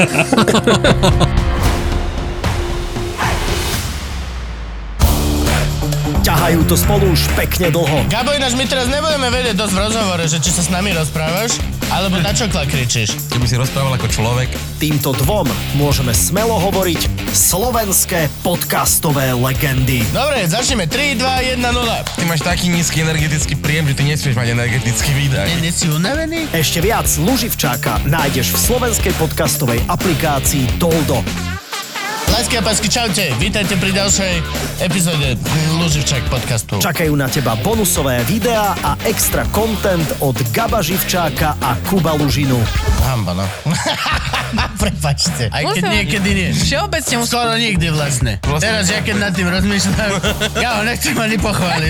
Ťahajú to spolu už pekne dlho.
Gabo, ináč my teraz nebudeme vedieť dosť v rozhovore, že či sa s nami rozprávaš, alebo na čokla kričíš.
Keby si rozprával ako človek.
Týmto dvom môžeme smelo hovoriť slovenské podcastové legendy.
Dobre, začneme. 3, 2, 1, 0.
Ty máš taký nízky energetický príjem, že ty nesmieš mať energetický výdaj.
Nie si unavený?
Ešte viac Luživčáka nájdeš v slovenskej podcastovej aplikácii Toldo.
Lásky a pásky, čaute. Vítajte pri ďalšej epizóde Luživčák podcastu.
Čakajú na teba bonusové videá a extra content od Gaba Živčáka a Kuba Lužinu.
Hamba, no. Prepáčte. Aj keď niekedy nie.
Všeobecne musím.
Skoro nikdy vlastne. Teraz ja keď nad tým rozmýšľam, ja ho nechcem ani pochváliť.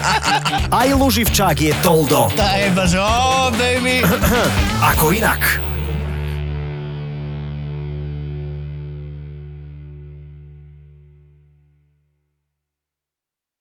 Aj Luživčák je Toldo.
Tá jeba, že baby.
Ako inak.